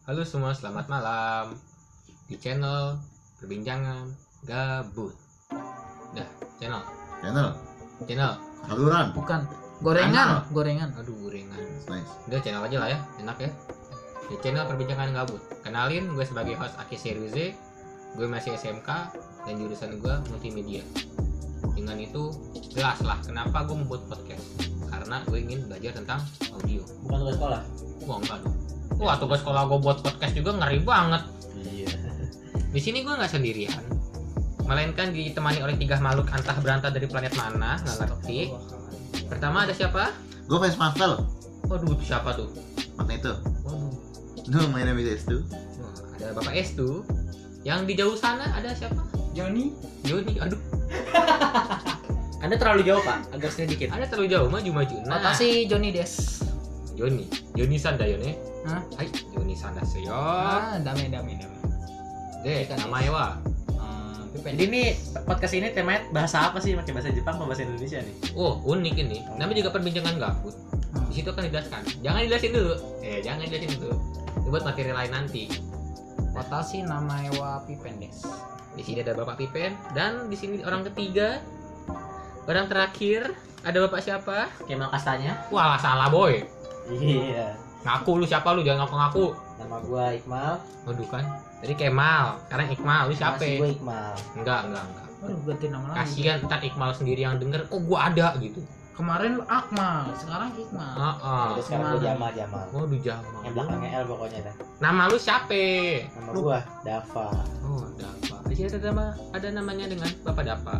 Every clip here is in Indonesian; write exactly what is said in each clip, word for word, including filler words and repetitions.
Halo semua, selamat malam di channel Perbincangan Gabut. Dah, channel. Channel. Channel. Saluran. Bukan. Gorengan, Channel. gorengan. Aduh, gorengan. Nice. Udah channel aja lah ya, enak ya. Di channel Perbincangan Gabut. Kenalin, gue sebagai host Aki Seruze. Gue masih S M K dan jurusan gue multimedia. Dengan itu jelas lah kenapa gue membuat podcast. Karena gue ingin belajar tentang audio. Bukan tugas sekolah. Wah, enggak dong. Wah, tugas sekolah gue buat podcast juga ngeri banget. Iya. Di sini gue nggak sendirian, melainkan ditemani oleh tiga makhluk antah berantah dari planet mana, nggak ngerti. Pertama ada siapa? Gue fans Marvel. Waduh, itu siapa tuh? Magneto. Waduh. No, my name is Estu. Wah, ada Bapak Estu. Yang di jauh sana ada siapa? Joni. Joni. Aduh, Anda terlalu jauh pak, agak sedikit. ada terlalu jauh, maju-maju. Nah, Makasih Johnny Des. Joni. Joni Sandayone. Hah? Hai, Joni Sandaseyo. Ah, dame dame dame. Deh, namanya wa. Jadi ini podcast ini temanya bahasa apa sih? Pakai bahasa Jepang atau bahasa Indonesia nih? Oh, unik ini. Namanya juga Perbincangan Gabut. Di situ akan dijelaskan. Jangan dijelasin dulu. Eh, jangan dijelasin dulu. Ini buat materi lain nanti. Watashi namae wa Pipen Des. Di sini ada Bapak Pipen dan di sini orang ketiga, orang terakhir ada Bapak siapa? Kemal Kastanya. Wah, salah boy. Iya. Ngaku lu siapa lu, jangan ngaku-ngaku. Nama gua Iqmal. Waduh kan. Tadi Kemal, sekarang Iqmal. Lu siapa? Masih gua Iqmal. Enggak, enggak, enggak. Aduh, ganti nama lagi. Kasihan ntar Iqmal sendiri yang denger, oh gua ada gitu. Kemarin Akmal, sekarang Iqmal. Heeh. Terus sekarang gua Jamal Jamal. Waduh, Jamal. Yang belakangnya L pokoknya dah. Nama lu siapa? Nama gua Dava. Oh, Dapa. Di sini ada nama, ada namanya dengan Bapak Dapa.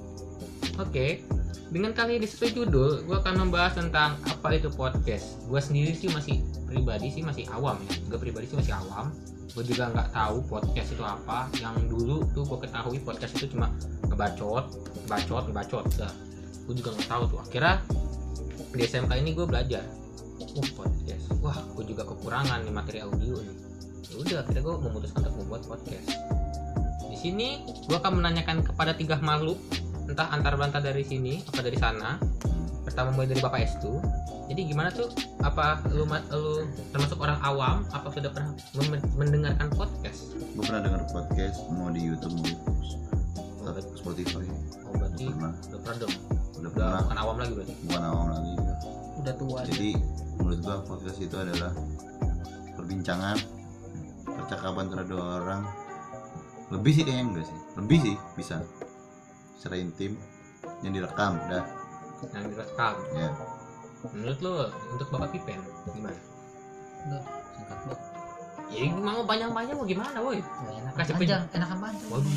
Oke. Dengan kali ini sesuai judul, gue akan membahas tentang apa itu podcast. Gue sendiri sih masih pribadi sih masih awam ya. Gue pribadi sih masih awam. Gue juga nggak tahu podcast itu apa. Yang dulu tuh gue ketahui podcast itu cuma ngebacot, ngebacot, ngebacot. Udah. Gue juga nggak tahu tuh. Akhirnya di S M K ini gue belajar. Oh, podcast. Wah, gue juga kekurangan nih materi audio nih. Ya udah, akhirnya gue memutuskan untuk membuat podcast. Di sini gue akan menanyakan kepada tiga makhluk, entah antar bantah dari sini apa dari sana. Pertama mulai dari Bapak Estu. Jadi gimana tuh? Apa lu, lu termasuk orang awam? Apa sudah pernah mem- mendengarkan podcast? Gue pernah denger podcast mau di YouTube mau di Oh, berarti- Spotify. oh berarti Pernah. udah pernah dong. Udah Udah pernah. bukan awam lagi berarti. Bukan awam lagi. Gua. Udah tua. Jadi menurut gua podcast itu adalah perbincangan, percakapan antara dua orang. Lebih sih kayaknya enggak sih. Lebih sih bisa. Secara intim yang direkam dah. Yang direkam. Ya. Menurut lu untuk Bapak Pipen gimana? Udah singkat banget. Ya mau panjang-panjang mau gimana woi? Nggak enakan Kasih panjang, enakan panjang. Waduh.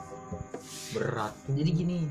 Berat. Jadi gini,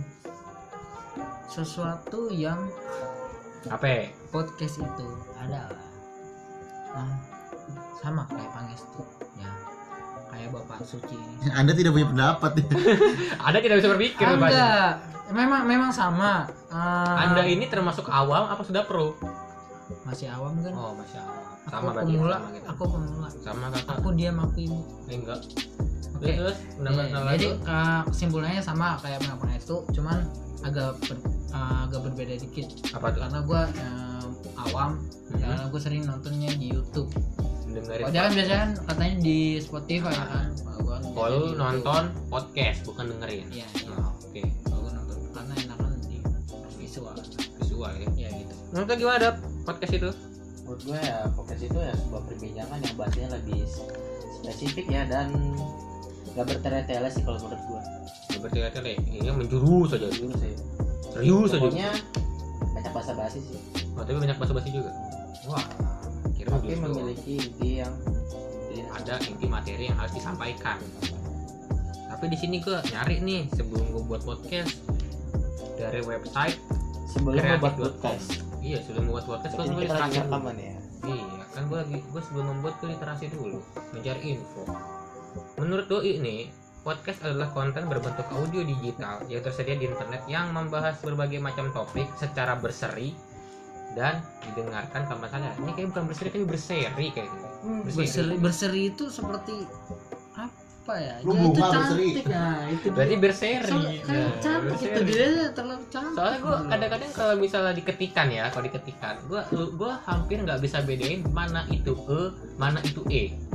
sesuatu yang Apa? podcast itu adalah nah, sama kayak Pangestu ya, kayak Bapak Suci ini. Anda tidak punya pendapat ya. Anda tidak bisa berpikir Ah, Bapak. enggak, memang memang sama. Ah, Anda ini termasuk awam apa sudah pro? masih awam kan? Oh, masya Allah. aku Sama berarti pemula, sama gitu. aku pemula. Sama kakak. Aku diam, aku ibu. Eh, enggak. Oke. Terus pendapat Eh, pendapat jadi lu? uh, kesimpulannya sama kayak pendapat itu, cuman agak ber- uh, agak berbeda dikit Apa tuh? karena gue uh, awam, Hmm. karena gue sering nontonnya di YouTube. Dengerin. Oh, jangan biasanya kan katanya di Spotify kan. Kalau gua Kalau biasanya lu di YouTube. nonton podcast bukan dengerin. Iya, iya. Oh, oke. Kalau gua nonton karena enakan di visual. Visual ya. Ya gitu. Menurut lu gimana Dap, podcast itu? Menurut gua ya podcast itu ya sebuah perbincangan yang bahasanya lebih spesifik ya dan gak bertele-tele sih kalau menurut gua. Bertele-tele. Iya, menjurus aja. Jujur sih. Serius aja. Pokoknya banyak bahasa basi sih. Oh, tapi banyak basa-basi juga. Wah. Kira Tapi justru memiliki inti yang ada inti materi yang harus disampaikan. Tapi di sini gua nyari nih sebelum gua buat podcast dari website. sebelum Kreatif membuat dot com. podcast. Iya, sebelum membuat podcast gua Jadi nulis kita lagi literasi dulu. rekaman ya. Iya, kan gua lagi gua sebelum membuat tuh literasi dulu, mencari info. Menurut doi ini, podcast adalah konten berbentuk audio digital yang tersedia di internet yang membahas berbagai macam topik secara berseri dan didengarkan tanpa sadar. Ini kayak bukan berseri tapi berseri kayak gitu. Berseri berseri itu seperti apa ya? Lu Ya, itu bunga berseri. cantik. Nah, itu Berarti dia. berseri. Soalnya kan Nah, cantik itu berseri. dia terlalu cantik. Soalnya gue kadang-kadang kalau misalnya diketikan ya, kalau diketikan, gue gue hampir nggak bisa bedain mana itu e, mana itu e.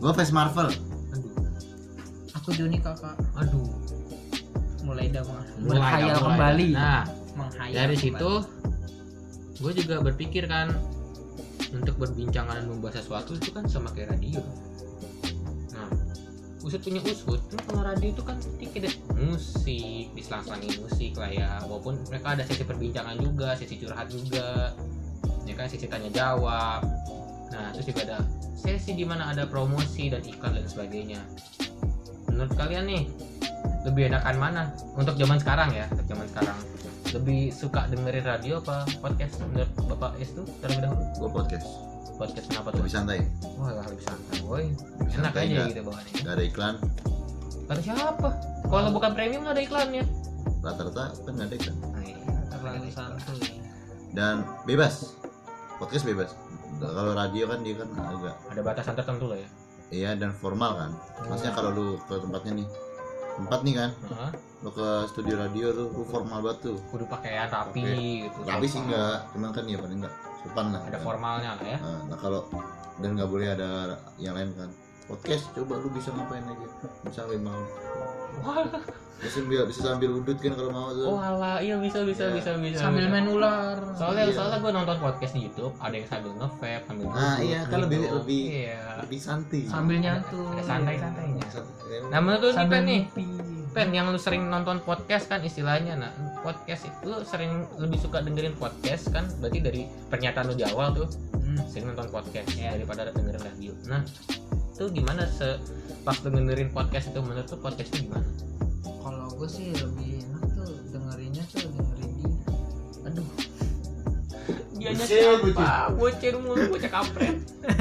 Gua fans Marvel. Aduh. Aku Joni kakak. Aduh. Mulai dah Mulai menghayal dah, mulai kembali. dah. Nah, Menghayal dari kembali. situ gue juga berpikir kan untuk berbincang dan membahas sesuatu itu kan sama kayak radio. Nah, usut punya usut, kan kalau radio itu kan dikit deh musik, diselang-selangin musik lah ya. Walaupun mereka ada sesi perbincangan juga, sesi curhat juga, ya kan sesi tanya jawab. Nah, terus juga ada sesi di mana ada promosi dan iklan dan sebagainya. Menurut kalian nih, lebih enakan mana untuk zaman sekarang ya? Untuk zaman sekarang lebih suka dengerin radio apa podcast? Menurut Bapak Es tuh terlebih dahulu Gua podcast. podcast kenapa tuh? Lebih santai. Wah, lebih santai, boy. Enak Santai, aja nggak- gitu bawaannya. Gak ada iklan. Kata siapa? Kalau bukan premium ada iklannya. Rata-rata kan gak ada iklan. Nah, iya, terlalu santuy. Dan bebas. Podcast bebas. Kalau radio kan dia kan agak ada batasan tertentu lah ya. iya dan formal kan. Maksudnya kalau lu ke tempatnya nih, tempat nih kan, Heeh. lu ke studio radio tuh, lu formal banget tuh. Kudu pakaian rapi gitu. Tapi sih enggak, cuman kan ya paling enggak sopan lah. Ada kan. formalnya lah ya. Nah, nah kalau dan nggak boleh ada yang lain kan. Podcast coba lu bisa ngapain aja, misalnya mau. Wah, Bisa sambil bisa sambil udut kan kalau mau tuh. oh alah, iya bisa bisa Iya. bisa bisa. Sambil bisa. main ular. Soalnya Iya. soalnya gue nonton podcast di YouTube, ada yang sambil nge-vape, sambil Nah, duduk, iya, kan lebih- gitu. lebih- iya. Lebih santai. Sambil Ada- nyantuy. ada santai-santainya. Santai. Nah, menurut lu nih Sambil Pen nih, mimpi. Pen yang lu sering nonton podcast kan istilahnya. Nah, podcast itu lu sering lebih suka dengerin podcast kan? Berarti dari pernyataan lu di awal tuh Hmm. sering nonton podcast Iya. daripada dengerin radio. Nah, itu gimana se pas lu dengerin podcast itu menurut lu podcast itu gimana? Kalau gue sih lebih enak tuh dengerinnya tuh dengerin dia. Aduh. Dianya Bocil, siapa? Bocil mulu, bocah kampret.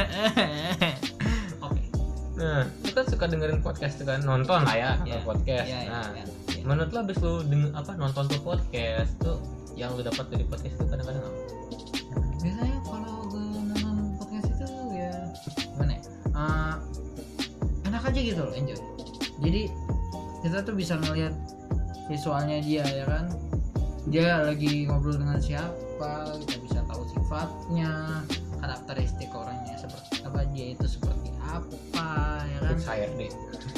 Oke. Nah, lu kan suka dengerin podcast tuh kan, nonton lah ya, Iya. nonton podcast. Iya, iya, Nah, iya, iya. menurut lu abis lu deng- apa nonton tuh podcast tuh yang lu dapat dari podcast itu kadang-kadang apa? Biasanya kalau gue nonton podcast itu ya gimana ya? Eh, enak aja gitu loh, enjoy. Jadi kita tuh bisa ngelihat visualnya dia ya kan. Dia lagi ngobrol dengan siapa, kita bisa tahu sifatnya, karakteristik orangnya seperti apa, dia itu seperti apa ya kan. H R D.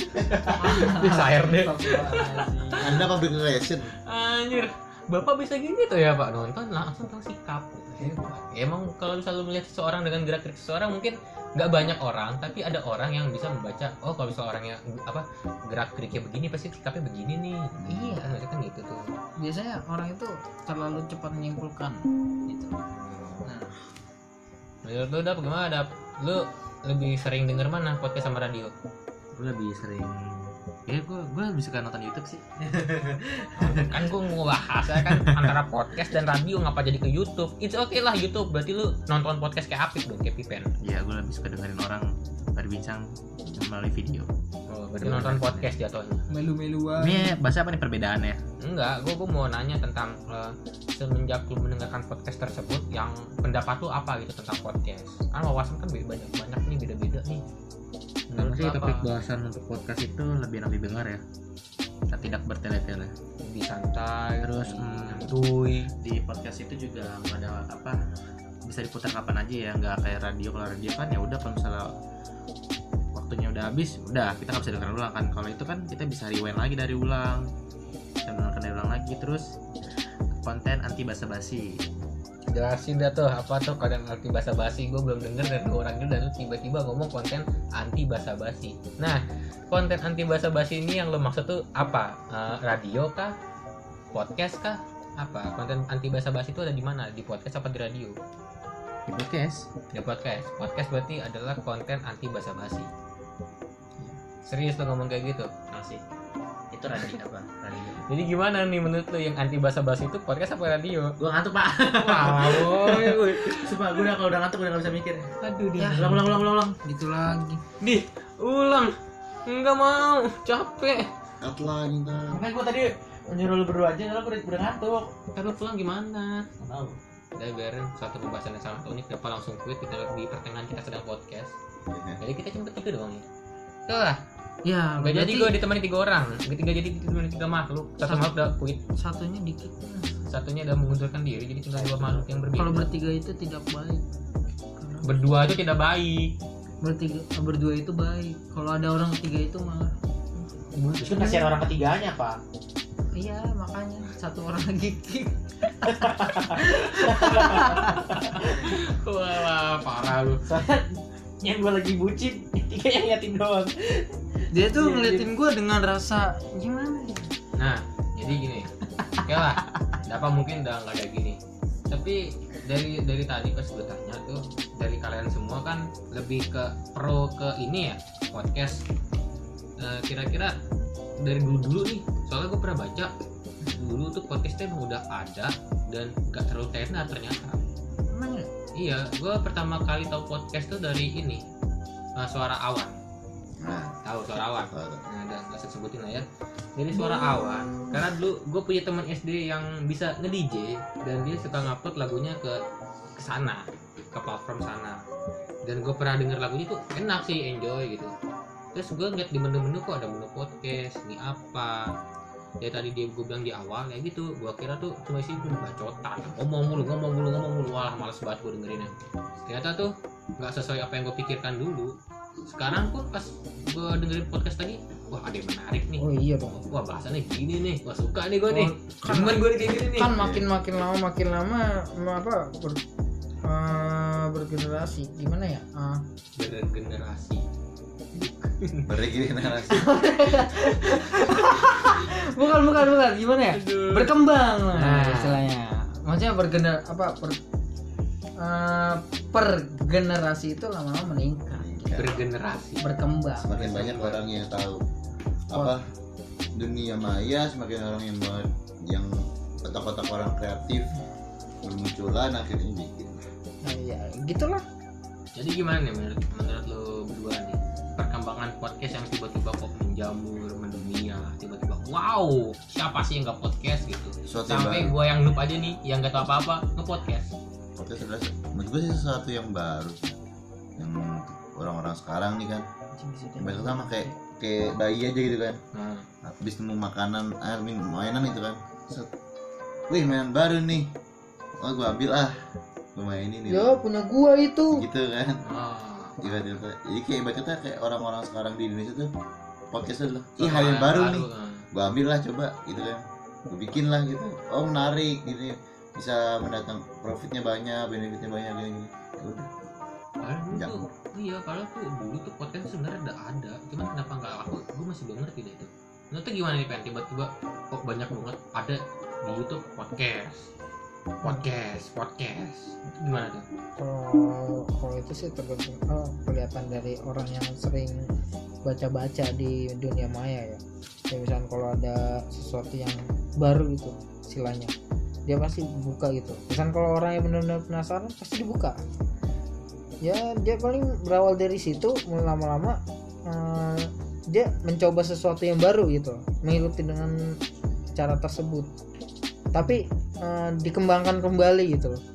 Bisa H R D. Anda public relation. Anjir, Bapak bisa gini tuh ya Pak, nonton langsung tahu sikap. Hebat. Ya, emang kalau misalnya lu melihat seseorang dengan gerak-gerik seseorang mungkin nggak banyak orang, tapi ada orang yang bisa membaca. Oh, kalau misalnya orangnya apa gerak-geriknya begini, pasti sikapnya begini nih. Iya. kan maksudnya kan gitu tuh. Biasanya orang itu terlalu cepat menyimpulkan gitu. Nah, Menurut lu Dap gimana Dap? Lu lebih sering denger mana podcast sama radio? Gue lebih sering ya gue gue lebih suka nonton YouTube sih. Kan gue mau bahas ya kan antara podcast dan radio, ngapa jadi ke YouTube? It's okay lah YouTube, berarti lu nonton podcast kayak Apip dong, kayak Pipen. Ya gue lebih suka dengerin orang berbincang melalui video. Oh, berarti nonton podcast jatuhnya. melu-meluan. Ini bahasa apa nih perbedaannya? Enggak, gue gue mau nanya tentang uh, semenjak lu mendengarkan podcast tersebut, yang pendapat lu apa gitu tentang podcast? Kan wawasan kan be- banyak banyak nih, beda-beda nih. Menurut Menurut lu sih topik apa? bahasan untuk podcast itu lebih enak didengar ya. Kita tidak bertele-tele. Lebih santai, Terus, lebih hmm, santuy. Di podcast itu juga nggak ada apa bisa diputar kapan aja ya, nggak kayak radio. Kalau radio kan ya udah kalau misalnya waktunya udah habis, udah kita nggak bisa dengar ulang kan. Kalau itu kan kita bisa rewind lagi dari ulang, bisa mendengarkan dari ulang lagi. Terus konten anti basa-basi. Jelasin dah tuh apa tuh konten anti basa-basi. Gue belum denger dari dua orang dulu dan lu tiba-tiba ngomong konten anti basa-basi. Nah, konten anti basa-basi ini yang lo maksud tuh apa? Eh, radio kah? Podcast kah? Apa? Konten anti basa-basi itu ada di mana? Di podcast apa di radio? Di podcast. Di podcast. Podcast berarti adalah konten anti basa-basi. Serius lo ngomong kayak gitu? Masih. Itu radio apa? Radio. Jadi gimana nih menurut lo yang anti basa-basi itu podcast apa radio? Gua ngantuk pak. Wah, boy. Sumpah gue udah kalau udah ngantuk udah nggak bisa mikir. Aduh dia. Ya. Ulang ulang ulang ulang ulang. Gitu lagi. Di, ulang. Enggak mau, capek. Cut lagi ntar. Makanya gue tadi nyuruh lu berdua aja, kalau gue udah ngantuk. Ntar lu pulang gimana? Nggak tahu. Udah biarin satu pembahasan yang sangat unik. Kenapa langsung quit kita di pertengahan kita sedang podcast. Jadi kita cuma bertiga doang nih. Tuh lah, Ya, nggak jadi berarti gue ditemani tiga orang. Ketiga jadi ditemani tiga makhluk. Satu makhluk udah quit, satunya dikit. satunya udah mengundurkan diri. Jadi tinggal dua makhluk yang berbeda. Kalau bertiga itu tidak baik. Karena Berdua itu tidak baik. bertiga berdua itu baik. Kalau ada orang ketiga itu malah Justru kasihan orang ketiganya, Pak. iya, makanya satu orang lagi kick. Wah, wah, parah lu. Soalnya yang gue lagi bucin, tiga yang ngeliatin doang. Dia tuh Iya, ngeliatin gue dengan rasa gimana ya? Nah, jadi gini. Oke lah. Apa mungkin udah nggak ada gini. Tapi dari dari tadi pas gue tanya tuh, dari kalian semua kan lebih ke pro ke ini ya, podcast. Eh, kira-kira dari dulu dulu nih, soalnya gue pernah baca dulu tuh podcastnya emang udah ada dan gak terlalu tenar ternyata. Emang ya? Iya, gue pertama kali tahu podcast tuh dari ini, uh, Suara Awan. Nah, Tahu Suara Awan? tahu. Nah, udah nggak usah sebutin lah ya. Dari Suara Awan, karena dulu gue punya teman S D yang bisa nge-D J dan dia suka ngupload lagunya ke ke sana, ke platform sana. Dan gue pernah denger lagunya tuh enak sih, enjoy gitu. Terus gue ngeliat di menu-menu kok ada menu podcast, ini apa? Ya tadi dia gue bilang di awal ya gitu, gue kira tuh cuma isi bacotan, ngomong mulu, ngomong mulu, ngomong mulu, wah males banget gue dengerinnya. Ternyata tuh nggak sesuai apa yang gue pikirkan dulu. Sekarang pun pas gue dengerin podcast tadi, wah ada yang menarik nih. Oh iya dong. Wah bahasannya gini nih, wah suka nih gue nih. Oh, kan- Cuman gue kayak gini nih. Kan makin makin lama makin lama apa ber, eh, bergenerasi gimana ya? Ah, Bergenerasi. Berregenerasi. bukan bukan bukan gimana ya? Aduh. Berkembang lah Nah. istilahnya. Maksudnya bergener apa per, eh, per generasi itu lama-lama meningkat, Bergenerasi. berkembang. Semakin banyak orang yang tahu apa dunia maya, semakin orang yang me- yang kotak-kotak orang kreatif bermunculan akhirnya bikin. Nah, ya gitulah. Jadi gimana nih menurut menurut lo berdua nih perkembangan podcast yang tiba-tiba kok menjamur mendunia, tiba-tiba wow siapa sih yang nggak podcast gitu, Sesuatu yang sampai baru. gue yang noob aja nih yang nggak tahu apa-apa nge-podcast. Podcast adalah menurut gue sih sesuatu yang baru yang orang-orang sekarang nih kan mereka sama kayak kayak bayi aja gitu kan, Nah, habis nemu makanan air minum mainan itu kan, set, wih mainan baru nih, oh gue ambil ah, gue mainin nih, Ya punya gua itu. gitu kan. oh, Tiba-tiba jadi kayak ibaratnya kayak orang-orang sekarang di Indonesia tuh podcast adalah ih suatu hal yang baru nih, nah. gue ambil lah coba gitu kan, gue bikin lah gitu, oh menarik gitu, bisa mendatang profitnya banyak, benefitnya banyak gini-gini. Ya udah. Padahal dulu Jangan. tuh, iya kalau tuh dulu tuh podcast sebenarnya udah ada, cuman kenapa nggak laku? Gue masih belum ngerti deh itu. Menurut tuh gimana nih Pen? Tiba-tiba kok banyak banget ada di YouTube podcast, podcast, podcast. Itu gimana tuh? Kalau kalau itu sih tergantung oh, kelihatan dari orang yang sering baca-baca di dunia maya ya. Kayak misalnya kalau ada sesuatu yang baru gitu istilahnya, dia pasti buka gitu. Misalnya kalau orang yang benar-benar penasaran pasti dibuka. Ya dia paling berawal dari situ, mulai lama-lama eh, dia mencoba sesuatu yang baru gitu, mengikuti dengan cara tersebut. Tapi eh, dikembangkan kembali gitu loh.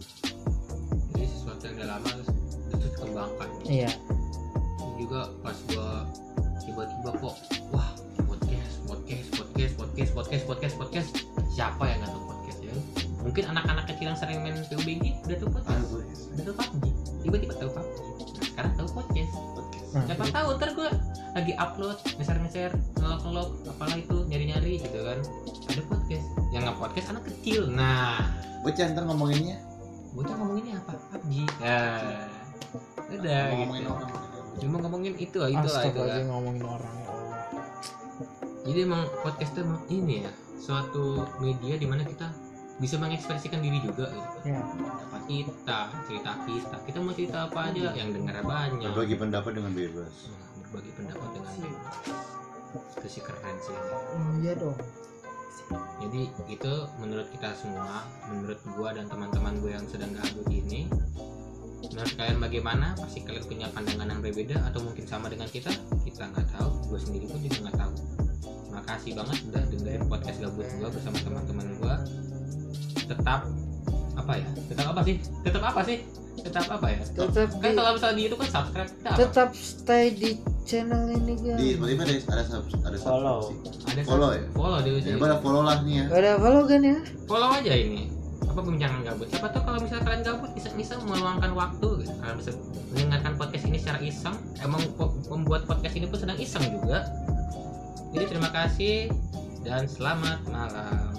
Jadi sesuatu yang udah lama terus terus dikembangkan. Iya. Juga pas gua tiba-tiba kok wah podcast podcast podcast podcast podcast podcast podcast siapa yang nggak tahu podcast ya? Mungkin anak-anak kecil yang sering main P U B G udah tahu podcast, Ah, gue udah tahu P U B G, tiba-tiba tahu P U B G. Nah, sekarang tahu podcast. podcast. Nah, Siapa tahu ntar gua lagi upload ngeser-ngeser ngelok-ngelok apalah itu nyari-nyari gitu kan, ada podcast yang nggak podcast anak kecil. Nah Bocah ntar ngomonginnya bocah ngomonginnya apa? P U B G. Nah udah ngomongin gitu. orang. Cuma ngomongin itu lah itu lah itu lah. Astaga, ngomongin orang ya Allah. Jadi emang podcast itu emang ini ya suatu media di mana kita bisa mengekspresikan diri juga gitu. Ya. Pendapat kita, cerita kita, kita mau cerita apa aja yang dengar banyak. Berbagi pendapat dengan bebas. Nah, berbagi pendapat dengan bebas. Itu sih keren sih. Oh, iya dong. Jadi itu menurut kita semua, menurut gua dan teman-teman gue yang sedang gabut ini. Menurut kalian bagaimana? Pasti kalian punya pandangan yang berbeda atau mungkin sama dengan kita? Kita nggak tahu. Gue sendiri pun juga nggak tahu. Makasih banget udah dengerin podcast gabut gua bersama teman-teman gua. Tetap apa ya? Tetap apa sih? Tetap apa sih? Tetap apa ya? Tetap Kan di, kalau misalnya di YouTube kan subscribe kita apa? tetap stay di channel ini Di guys. Spotify ada ada sub- ada Follow. subscripsi. Ada Follow sub- ya? Follow di Jadi pada follow lah nih ya. Ada follow kan ya? Follow aja ini. Apa apa pembincangan gabut. Siapa tahu kalau misalnya kalian gabut iseng-iseng meluangkan waktu gitu. Kalian bisa mendengarkan podcast ini secara iseng. Emang membuat podcast ini pun sedang iseng juga. Jadi terima kasih dan selamat malam.